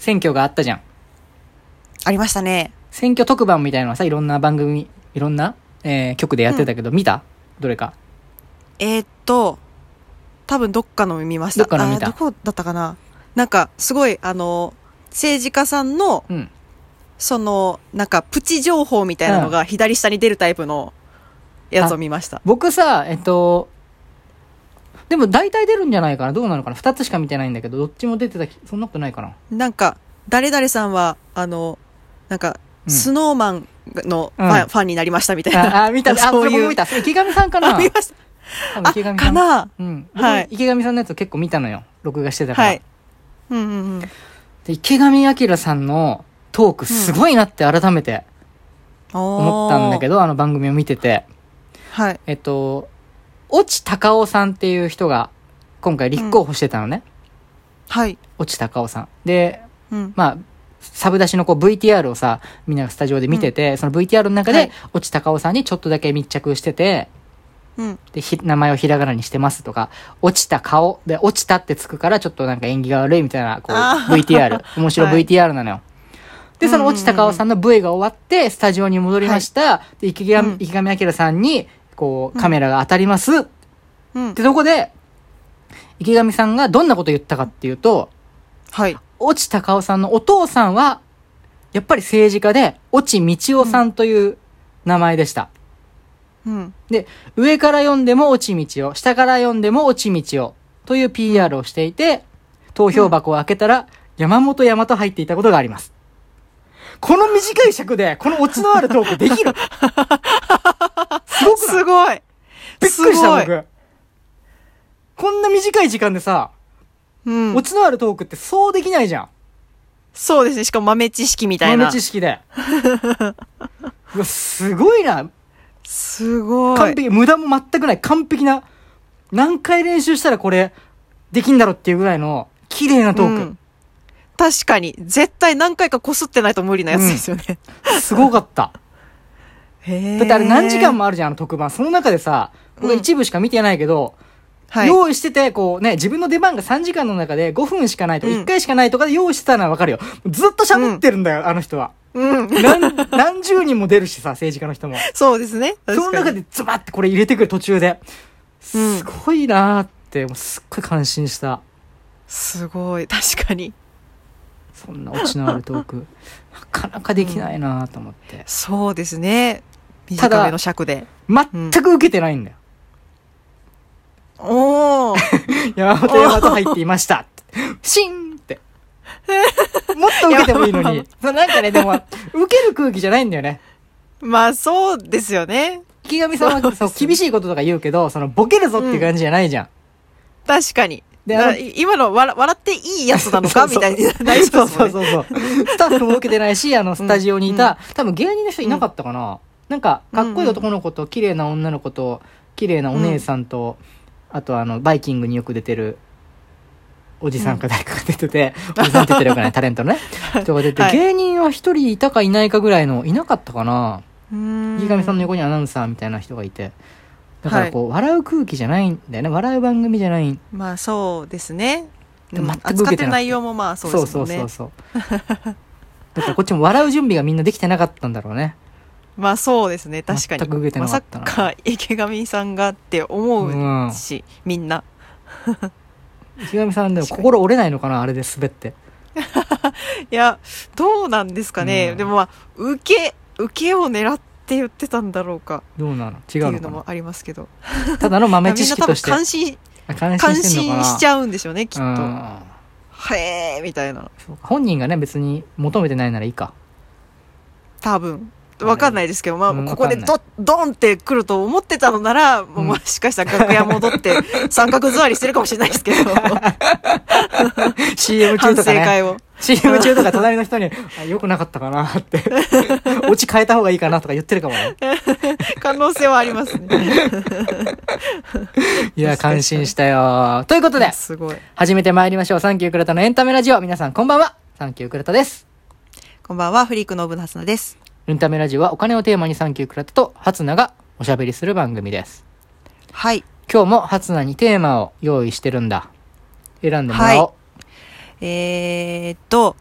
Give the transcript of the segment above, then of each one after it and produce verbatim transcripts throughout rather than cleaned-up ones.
選挙があったじゃん。 ありましたね。 選挙特番みたいなのはさ、いろんな番組、いろんな、えー、局でやってたけど、うん、見た？どれか。 えー、っと、多分どっかの見ました。 どっかの見た。 どこだったかな。なんか、すごい、あの、政治家さんの、うん、その、なんか、プチ情報みたいなのが左下に出るタイプのやつを見ました。 僕さ、えっと、でも大体出るんじゃないかな。どうなのかな。二つしか見てないんだけど、どっちも出てた、そんなことないかな。 なんか、誰々さんは、あの、なんか、うん、スノーマンのファン、うん、ファンになりましたみたいな。 あ、あ見た、あ、そういう。それも見た。それ池上さんかな。 あ、見ました。 池上さんかな。 うん。はい。池上さんのやつ結構見たのよ。録画してたから。はい。 うんうんうん。 で、池上彰さんのトークすごいなって改めて思ったんだけど、うん、あの番組を見てて。 はい。 えっと、越智貴夫さんっていう人が今回立候補してたのね。 うん、はい。 越智貴夫さん。で、 うん、 まあ、サブ出しのこう ブイティーアール をさ、みんながスタジオで見てて、うん、その ブイティーアール の中で、はい、越智貴夫さんにちょっとだけ密着してて、 うん、 で、ひ、名前をひらがなにしてますとか、落ちた顔で、落ちたってつくからちょっとなんか縁起が悪いみたいな、こう、ブイティーアール、面白い ブイティーアール なのよ。はい、で、その落ちた顔さんの ブイ が終わって、スタジオに戻りました。はい、で、池上、うん、池上彰さんに、こう、カメラが当たります。うん、ってとこで、池上さんがどんなこと言ったかっていうと、 はい。 落ちた顔さんのお父さんは、やっぱり政治家で、越智道夫さんという名前でした。 うん、 で、上から読んでも越智道夫、下から読んでも越智道夫という ピーアール をしていて、投票箱を開けたら、山本大和入っていたことがあります。この短い尺で、このオチのあるトークできるすごくない？ すごい。 びっくりした僕。こんな短い時間でさ、うん、オチのあるトークってそうできないじゃん。 そうですね。しかも豆知識みたいな。 豆知識で。うわ、すごいな。 すごい。 完璧。無駄も全くない。完璧な。何回練習したらこれ、できんだろっていうぐらいの、綺麗なトーク。うん、 確かに。絶対何回か擦ってないと無理なやつですよね。 うん、すごかった。 へー。 だってあれ何時間もあるじゃん、あの特番。その中でさ、僕は一部しか見てないけど、うんはい、用意してて、こうね、自分の出番がさんじかんの中でごふんしかないとか、いっかいしかないとかで用意してたのはわかるよ。ずっと喋ってるんだよ、うん、あの人は。 うん。 何、何十人も出るしさ、政治家の人も。 そうですね。 その中でズバッてこれ入れてくる途中で。すごいなーって、もうすっごい感心した。 すごい、確かに。 そんなオチのあるトーク、なかなかできないなーと思って、うん。 そうですね。短めの尺で。 全く受けてないんだよ。 おー山本大和入っていましたシンってもっと受けてもいいのにそうなんかね、でも受ける空気じゃないんだよね。 まあそうですよね。 池上さんはそうそう厳しいこととか言うけど、そのボケるぞっていう感じじゃないじゃん、うん、 確かに。で今の笑笑っていいやつなのかみたいになりそうですもんね。そうそうそうそうスタッフも受けてないし、あのスタジオにいた、うん、多分芸人の人いなかったかな、うん、なんかかっこいい男の子と綺麗な女の子と綺麗なお姉さんと、うん、あとあのバイキングによく出てるおじさんか誰かが出てて、うん、おじさんって言ってるわけないタレントのね人が出て、はい、芸人は一人いたかいないかぐらいのいなかったかな。池上さんの横にアナウンサーみたいな人がいて、だからこう、はい、笑う空気じゃないんだよね。笑う番組じゃない。 まあそうですね。 でも全く受けてなくて、 扱ってる内容もまあそうですもんね。 そうそうそうそうだからこっちも笑う準備がみんなできてなかったんだろうね。 まあそうですね、確かに。 全く受けてなかったな。 まさか池上さんがって思うし、うん、みんな池上さんでも心折れないのかな、あれで滑っていやどうなんですかね、うん、でもまあ受け受けを狙って言ってたんだろうか、 どうなの違うのかなっていうのもありますけどただの豆知識としてみんな多分感心感心しちゃうんでしょうね、きっと。へーみたいな。 本人がね別に求めてないならいいか、 多分わかんないですけど、まあ、ここでドドンって来ると思ってたのなら、うん、もしかしたら楽屋戻って三角座りしてるかもしれないですけどシーエム 中とかね、 反省会をシーエム 中とか隣の人にあ良くなかったかなってオチ変えた方がいいかなとか言ってるかもね可能性はありますねいや感心したよ。ということですごい始めてまいりましょう。サンキュークラタのエンタメラジオ。皆さんこんばんは、サンキュークラタです。 こんばんは、フリークのぶなすなです。 エンタメラジオはお金をテーマにサンキュークラタと初菜がおしゃべりする番組です。 はい。 今日も初菜にテーマを用意してるんだ。選んでもらおう。 はい、えーっと、フ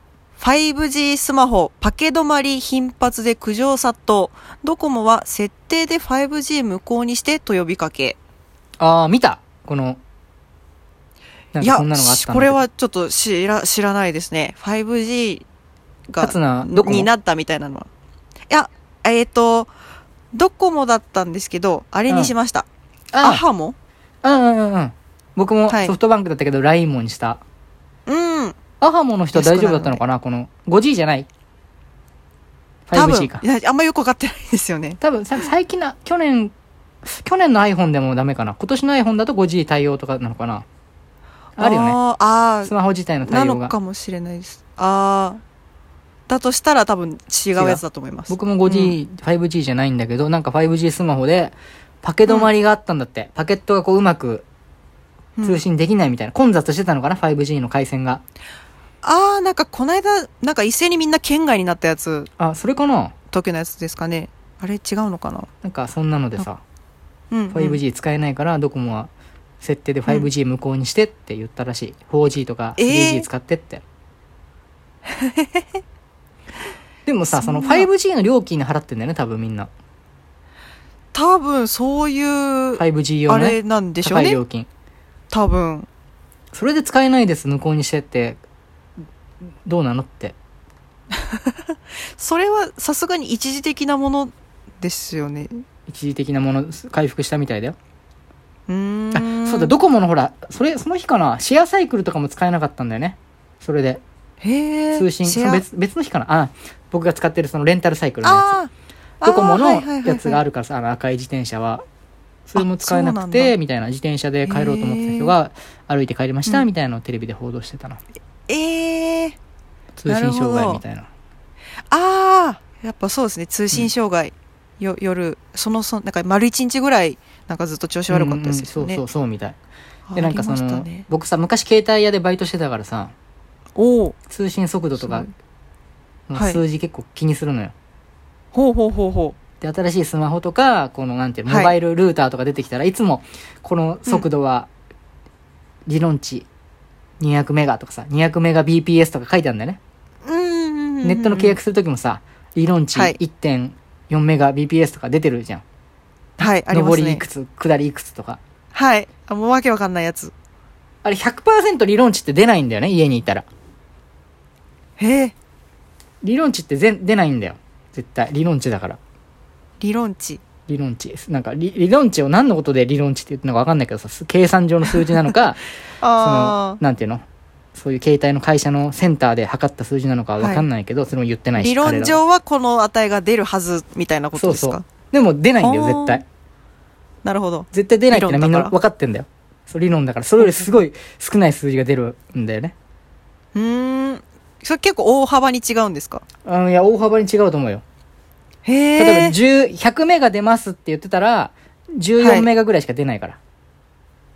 ファイブジー スマホ、パケ止まり頻発で苦情殺到。ドコモは設定で ファイブジー 無効にしてと呼びかけ。 ああ、見たこの、なんいや、 かそんなのがあったんだけど。 これはちょっと知ら、知らないですね。ファイブジー が、 かつな、ドコモになったみたいなのは。いや、えっ、ー、と、ドコモだったんですけど、あれにしました。うん、アハモうんうんうんうん。僕もソフトバンクだったけど、はい、ライン モにした。 うん。 アハモの人は大丈夫だったのかなこの ファイブジー じゃない ファイブジー か。 いや、あんまよくわかってないですよね。 多分、最近な、去年、去年の iPhone でもダメかな。今年の iPhone だと ファイブジー 対応とかなのかな。あるよね。ああ。スマホ自体の対応が。 なのかもしれないです。ああ。だとしたら多分違うやつだと思います。 僕も ファイブジー、うん、ファイブジー じゃないんだけど、なんか ファイブジー スマホで、パケ止まりがあったんだって。うん、パケットがこううまく通信できないみたいな。うん、混雑してたのかな ?ファイブジー の回線が。 あー、なんかこの間、なんか一斉にみんな県外になったやつ。 あ、それかな時のやつですかね。あれ違うのかななんかそんなのでさ、うんうん、ファイブジー 使えないからドコモは設定で ファイブジー 無効にしてって言ったらしい。フォージー とか スリージー 使ってって。えー、でもさ、その ファイブジー の料金で払ってんだよね、多分みんな。 多分そういう、 ファイブジー 用の、ね、 あれなんでしょうね。 高い料金。 多分。 それで使えないです、無効にしてって、どうなのって。 それはさすがに一時的なものですよね。 一時的なもの、回復したみたいだよ。 うーん。 あ、そうだ、ドコモのほら、それ、その日かな、シェアサイクルとかも使えなかったんだよね。それで。 へー。 通信、そ別、別の日かな。あ、僕が使ってるそのレンタルサイクルのやつ。ドコモのやつがあるからさ、あの赤い自転車は。それも使えなくて、みたいな、自転車で帰ろうと思ってた人が歩いて帰りました、みたいなのをテレビで報道してたな。 えー。 通信障害みたいな。 ああ、やっぱそうですね、通信障害。うん、よ夜、その、そなんか丸一日ぐらい、なんかずっと調子悪かったですよね。 うんうん、そうそうそうみたい。で、なんかその、ね、僕さ、昔携帯屋でバイトしてたからさ、 お通信速度とかの数字結構気にするのよ。はい、 ほうほうほうほう。 で、新しいスマホとか、このなんていうの、モバイルルーターとか出てきたら、はい、いつも、この速度は、理論値にひゃくメガとかさ、にひゃくメガ ビーピーエス とか書いてあるんだよね。ネットの契約するときもさ、理論値 いってんよんメガ ビーピーエス とか出てるじゃん。 はい、ありますね。 上りいくつ、下りいくつとか。 はい。あ、もうわけわかんないやつ。 あれ ひゃくパーセント 理論値って出ないんだよね、家にいたら。 へえ。 理論値ってぜ出ないんだよ。絶対。理論値だから。 理論値。 理論値。なんか理、理論値を何のことで理論値って言ってるのかわかんないけどさ、計算上の数字なのか、 あその、なんていうのそういう携帯の会社のセンターで測った数字なのかは分かんないけど、はい、それも言ってないし。 理論上はこの値が出るはずみたいなことですか？ そうそう。でも出ないんだよ、絶対。 なるほど。 絶対出ないってのはみんな分かってんだよ。そう、理論だから。それよりすごい少ない数字が出るんだよね。 うーん。それ結構大幅に違うんですか？ うん、いや、大幅に違うと思うよ。 へー。 例えばじゅう、ひゃくメガ出ますって言ってたら、じゅうよんメガぐらいしか出ないから。はい、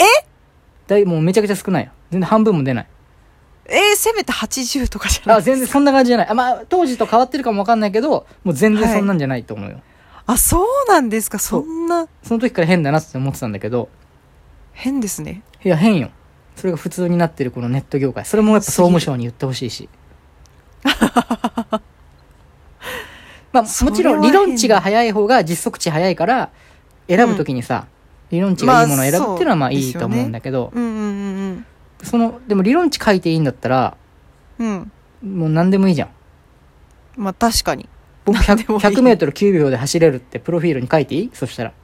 え？ だいもうめちゃくちゃ少ないよ。全然半分も出ない。 えー、せめてはちじゅうとかじゃないですか？ あ、全然そんな感じじゃない。あ、まあ、当時と変わってるかもわかんないけど、もう全然そんなんじゃないと思うよ。はい、 あ、そうなんですか？そんな。 その時から変だなって思ってたんだけど。 変ですね。 いや、変よ。それが普通になってるこのネット業界。それもやっぱ総務省に言ってほしいし。まあ、もちろん理論値が早い方が実測値早いから、選ぶ時にさ、うん、理論値がいいものを選ぶっていうのはまあいいと思うんだけど、 まあ、うんうんうんうん。 その、でも理論値書いていいんだったら、 うん。もう何でもいいじゃん。 まあ確かに。 僕 ひゃく, ひゃくメートルきゅうびょうで走れるってプロフィールに書いていい？そしたら。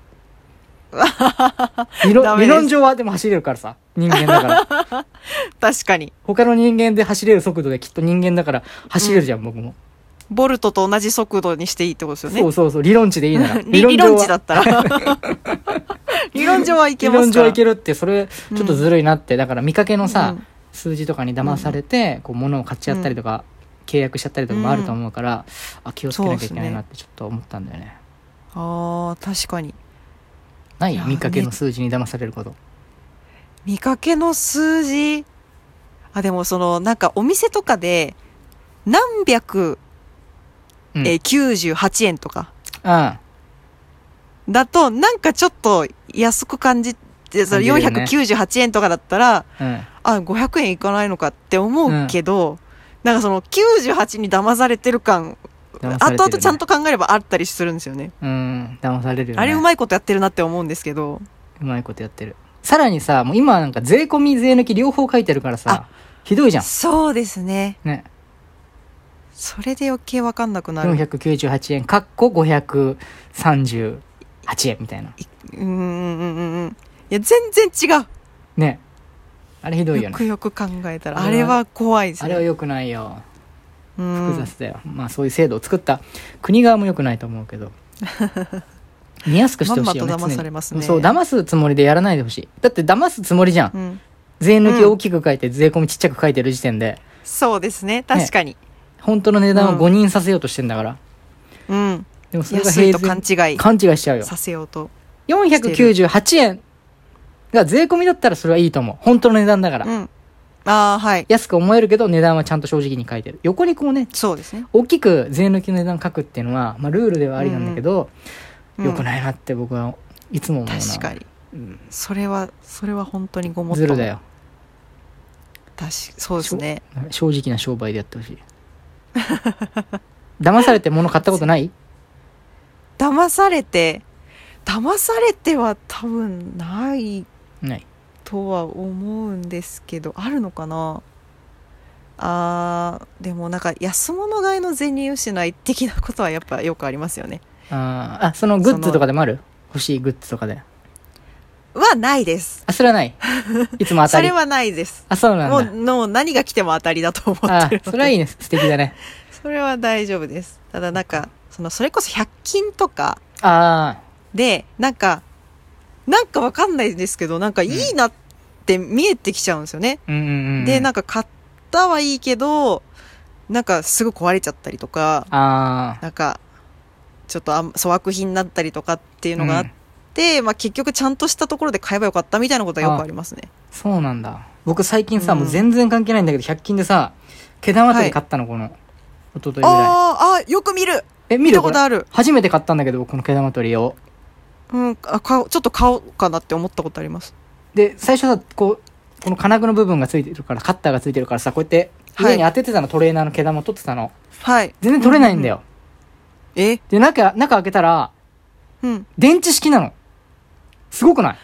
理論、理論上はでも走れるからさ。人間だから。 確かに。 他の人間で走れる速度できっと人間だから走れるじゃん、うん、僕も。 ボルトと同じ速度にしていいってことですよね。 そうそうそう。理論値でいいなら。 理論理論値だったら。理論上はいけますか？ 理論上はいけるって、それ、ちょっとずるいなって。うん、だから見かけのさ、うん、数字とかに騙されて、こう、物を買っちゃったりとか、うん、契約しちゃったりとかもあると思うから、うん、あ、気をつけなきゃいけないなってちょっと思ったんだよね。ねああ、確かに。 ない見かけの数字に騙されること。 見かけの数字あ、でもその、なんかお店とかで、何百、うん、えー、きゅうじゅうはちえんとか。 うん。 だと、なんかちょっと安く感じて、そのよんひゃくきゅうじゅうはちえんとかだったら、 うん、 あ、ごひゃくえんいかないのかって思うけど、 なんかそのきゅうじゅうはちに騙されてる感、 騙されてるね後々ちゃんと考えればあったりするんですよね。 うん騙されるよね。 あれうまいことやってるなって思うんですけど。 うまいことやってる。さらにさ、もう今はなんか税込み税抜き両方書いてるからさ、ひどいじゃん。 そうですね。 ね。 それで余計わかんなくなる。 よんひゃくきゅうじゅうはちえん、かっこごひゃくさんじゅうはちえんみたいな。 うんうんうんうん。いや、全然違う。 ね。あれひどいよね。 よくよく考えたら、 あれはあれは怖いですね。 あれは良くないよ。 うん複雑だよ。まあそういう制度を作った国側も良くないと思うけど。見やすくしてほしいよね。 まんまと騙されますね常にそう、騙すつもりでやらないでほしい。だって騙すつもりじゃん。 うん、 税抜き大きく書いて、税込みちっちゃく書いてる時点で、 そうですね。確かに。 本当の値段を誤認させようとしてんだから。 うん。 でもそれが安いと平然勘違い勘違いしちゃうよ。 させようと。 よんひゃくきゅうじゅうはちえんが税込みだったらそれはいいと思う。本当の値段だから。 うん。ああ、はい。 安く思えるけど値段はちゃんと正直に書いてる。横にこうね、 そうですね。 大きく税抜きの値段書くっていうのは、まあルールではありなんだけど、 うん良くないなって僕はいつも思うな。 確かに。 うん。 それは、それは本当にごもっとも。 ずるだよ。 確かそうですね。 正直な商売でやってほしい。騙されて物買ったことない？ 騙されて、騙されては多分ないない。 とは思うんですけど、あるのかな。あー、でもなんか安物買いの銭失い的なことはやっぱよくありますよね。 あーあ、そのグッズとかでもある？欲しいグッズとかで。 はないです。 あ、それはない。いつも当たり。 それはないです。 あ、そうなんだ。 もう、もう何が来ても当たりだと思あってるので。 それはいいね。素敵だね。 それは大丈夫です。ただなんか、その、それこそひゃく均とかあで、なんか、なんかわかんないんですけど、なんかいいなって見えてきちゃうんですよね。 あ。うんうんうん。 で、なんか買ったはいいけど、なんかすぐ壊れちゃったりとか、 ああ。 なんか、ちょっとあん粗悪品になったりとかっていうのがあって、まあ結局ちゃんとしたところで買えばよかったみたいなことはよくありますね。 そうなんだ。僕最近さ、 うんもう全然関係ないんだけど、ひゃく均でさ、毛玉取り買ったの、この、一昨日ぐらい。 あーあー、よく見る。 え、見見るこれたことある。 初めて買ったんだけど、この毛玉取りを。 うん、あ買おうちょっと買おうかなって思ったことあります。 で、最初さ、こう、この金具の部分がついてるから、カッターがついてるからさ、こうやって、 はい上に当ててたの、トレーナーの毛玉取ってたの。 はい。 全然取れないんだよ。 えで、中、中開けたら、 うん。 電池式なの。すごくない？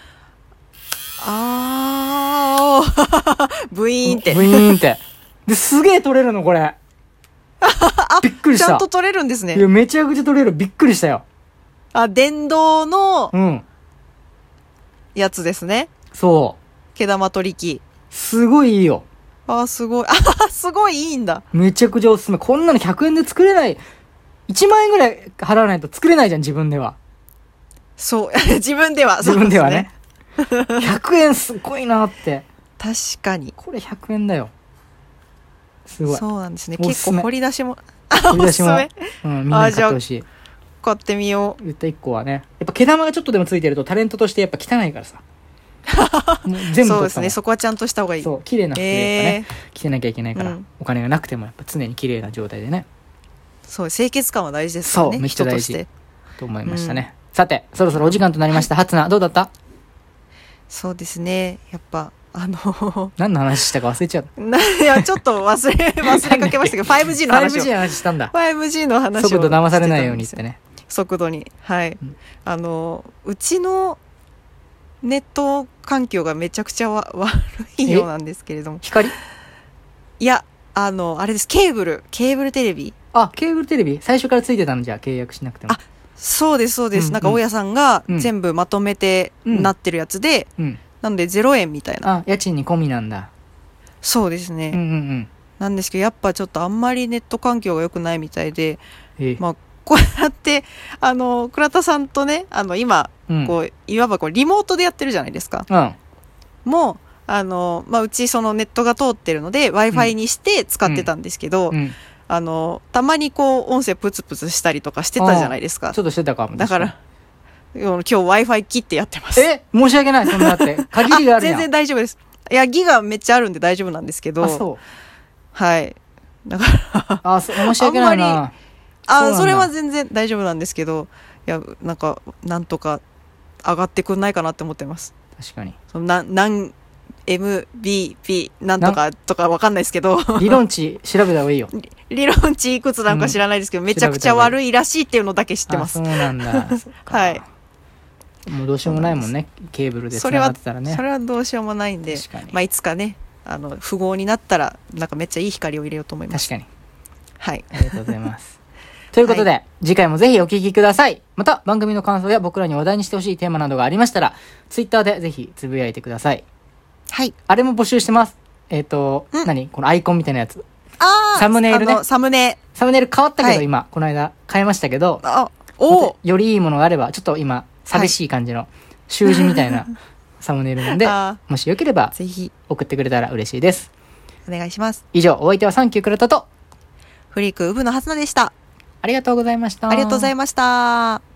あー、ブイーンって。 ブイーンって。で、すげえ取れるの、これ。びっくりした。 ちゃんと取れるんですね。 いや、めちゃくちゃ取れる。びっくりしたよ。 あ、電動のうん。 やつですね。 そう。 毛玉取り機。 すごいいいよ。 あー、すごい。あー、すごいいいんだ。 めちゃくちゃおすすめ。こんなのひゃくえんで作れない。いちまん円ぐらい払わないと作れないじゃん、自分では。 そう。自分では。 自分ではね。 そうですね。 ひゃくえんすごいなって。 確かに。 これひゃくえんだよ。すごい。 そうなんですね。 おすすめ結構掘り出しも。 掘り出しもおすすめうん、みんなに買ってほしい。 買ってみよう。 絶対いっこはね。やっぱ毛玉がちょっとでもついてるとタレントとしてやっぱ汚いからさ。もう全部取ったもんそうですね。そこはちゃんとした方がいい。 そう、綺麗な服でやっぱね、 え着てなきゃいけないから、 うんお金がなくてもやっぱ常に綺麗な状態でね、 そう、清潔感は大事ですからね。 そうめっちゃ大事人として。 と思いましたね。さて、そろそろお時間となりました。初菜、どうだった？ そうですね。やっぱ、あの、 何の話したか忘れちゃった。 ないや、ちょっと忘れ、忘れかけましたけど、ファイブジー の話を。 ファイブジー の話したんだ。 ファイブジー の話を速度騙されないようにってね。 速度に。はい。 うんあの、うちのネット環境がめちゃくちゃわ悪いようなんですけれども。 光？ いや、あの、あれです。ケーブル。ケーブルテレビ。 あ、ケーブルテレビ最初からついてたの？じゃあ契約しなくても。 あそうです、そうです。 うんうんなんか、大家さんがうん全部まとめてうんなってるやつで、 うん。 なのでゼロえんみたいな。 あ、家賃に込みなんだ。 そうですね。 うんうんうん。 なんですけど、やっぱちょっとあんまりネット環境が良くないみたいで、 ええまあ、こうやって、あの、倉田さんとね、あの、今、 うん。 こう、いわばこう、リモートでやってるじゃないですか。 うん。 もう、あの、まあ、うちそのネットが通ってるので、Wi-Fi にして使ってたんですけど、 うん。 あの、たまにこう、音声プツプツしたりとかしてたじゃないですかち。ょっとしてたかも。 だから、今日 Wi-Fi 切ってやってます。 え申し訳ない、そんなだって。限りがあるやん。 全然大丈夫です。いや、ギガめっちゃあるんで大丈夫なんですけど、 あ、そう。 はい。だから、 あ、そう申し訳ないあんまな。そうなんだあそれは全然大丈夫なんですけど、いや、なんか、なんとか上がってくんないかなって思ってます。 確かに。 そのな何、 エムビーピー なんとかとかわかんないですけど。 理論値調べた方がいいよ。 理論値いくつなのか知らないですけど、うん、めちゃくちゃ悪いらしいっていうのだけ知ってます。 あ、そうなんだ。 はい。 もうどうしようもないもんね。ケーブルで繋がってたらね。 それは、それはどうしようもないんで、まあいつかね、あの、符号になったら、なんかめっちゃいい光を入れようと思います。 確かに。 はい。 ありがとうございます。ということで、はい、次回もぜひお聞きください。また、番組の感想や僕らに話題にしてほしいテーマなどがありましたら、ツイッターでぜひつぶやいてください。 はい。 あれも募集してます。えっ、ー、と、うん、何このアイコンみたいなやつ。 ああサムネイルね。 サムネ。 サムネイル変わったけど、はい、今、この間変えましたけど、 あ、およりいいものがあれば、ちょっと今、寂しい感じの、習字みたいなサムネイルなんで、もしよければ、ぜひ送ってくれたら嬉しいです。 お願いします。 以上、お相手はサンキュー倉田と、 フリークウブのはずなでした。 ありがとうございました。 ありがとうございました。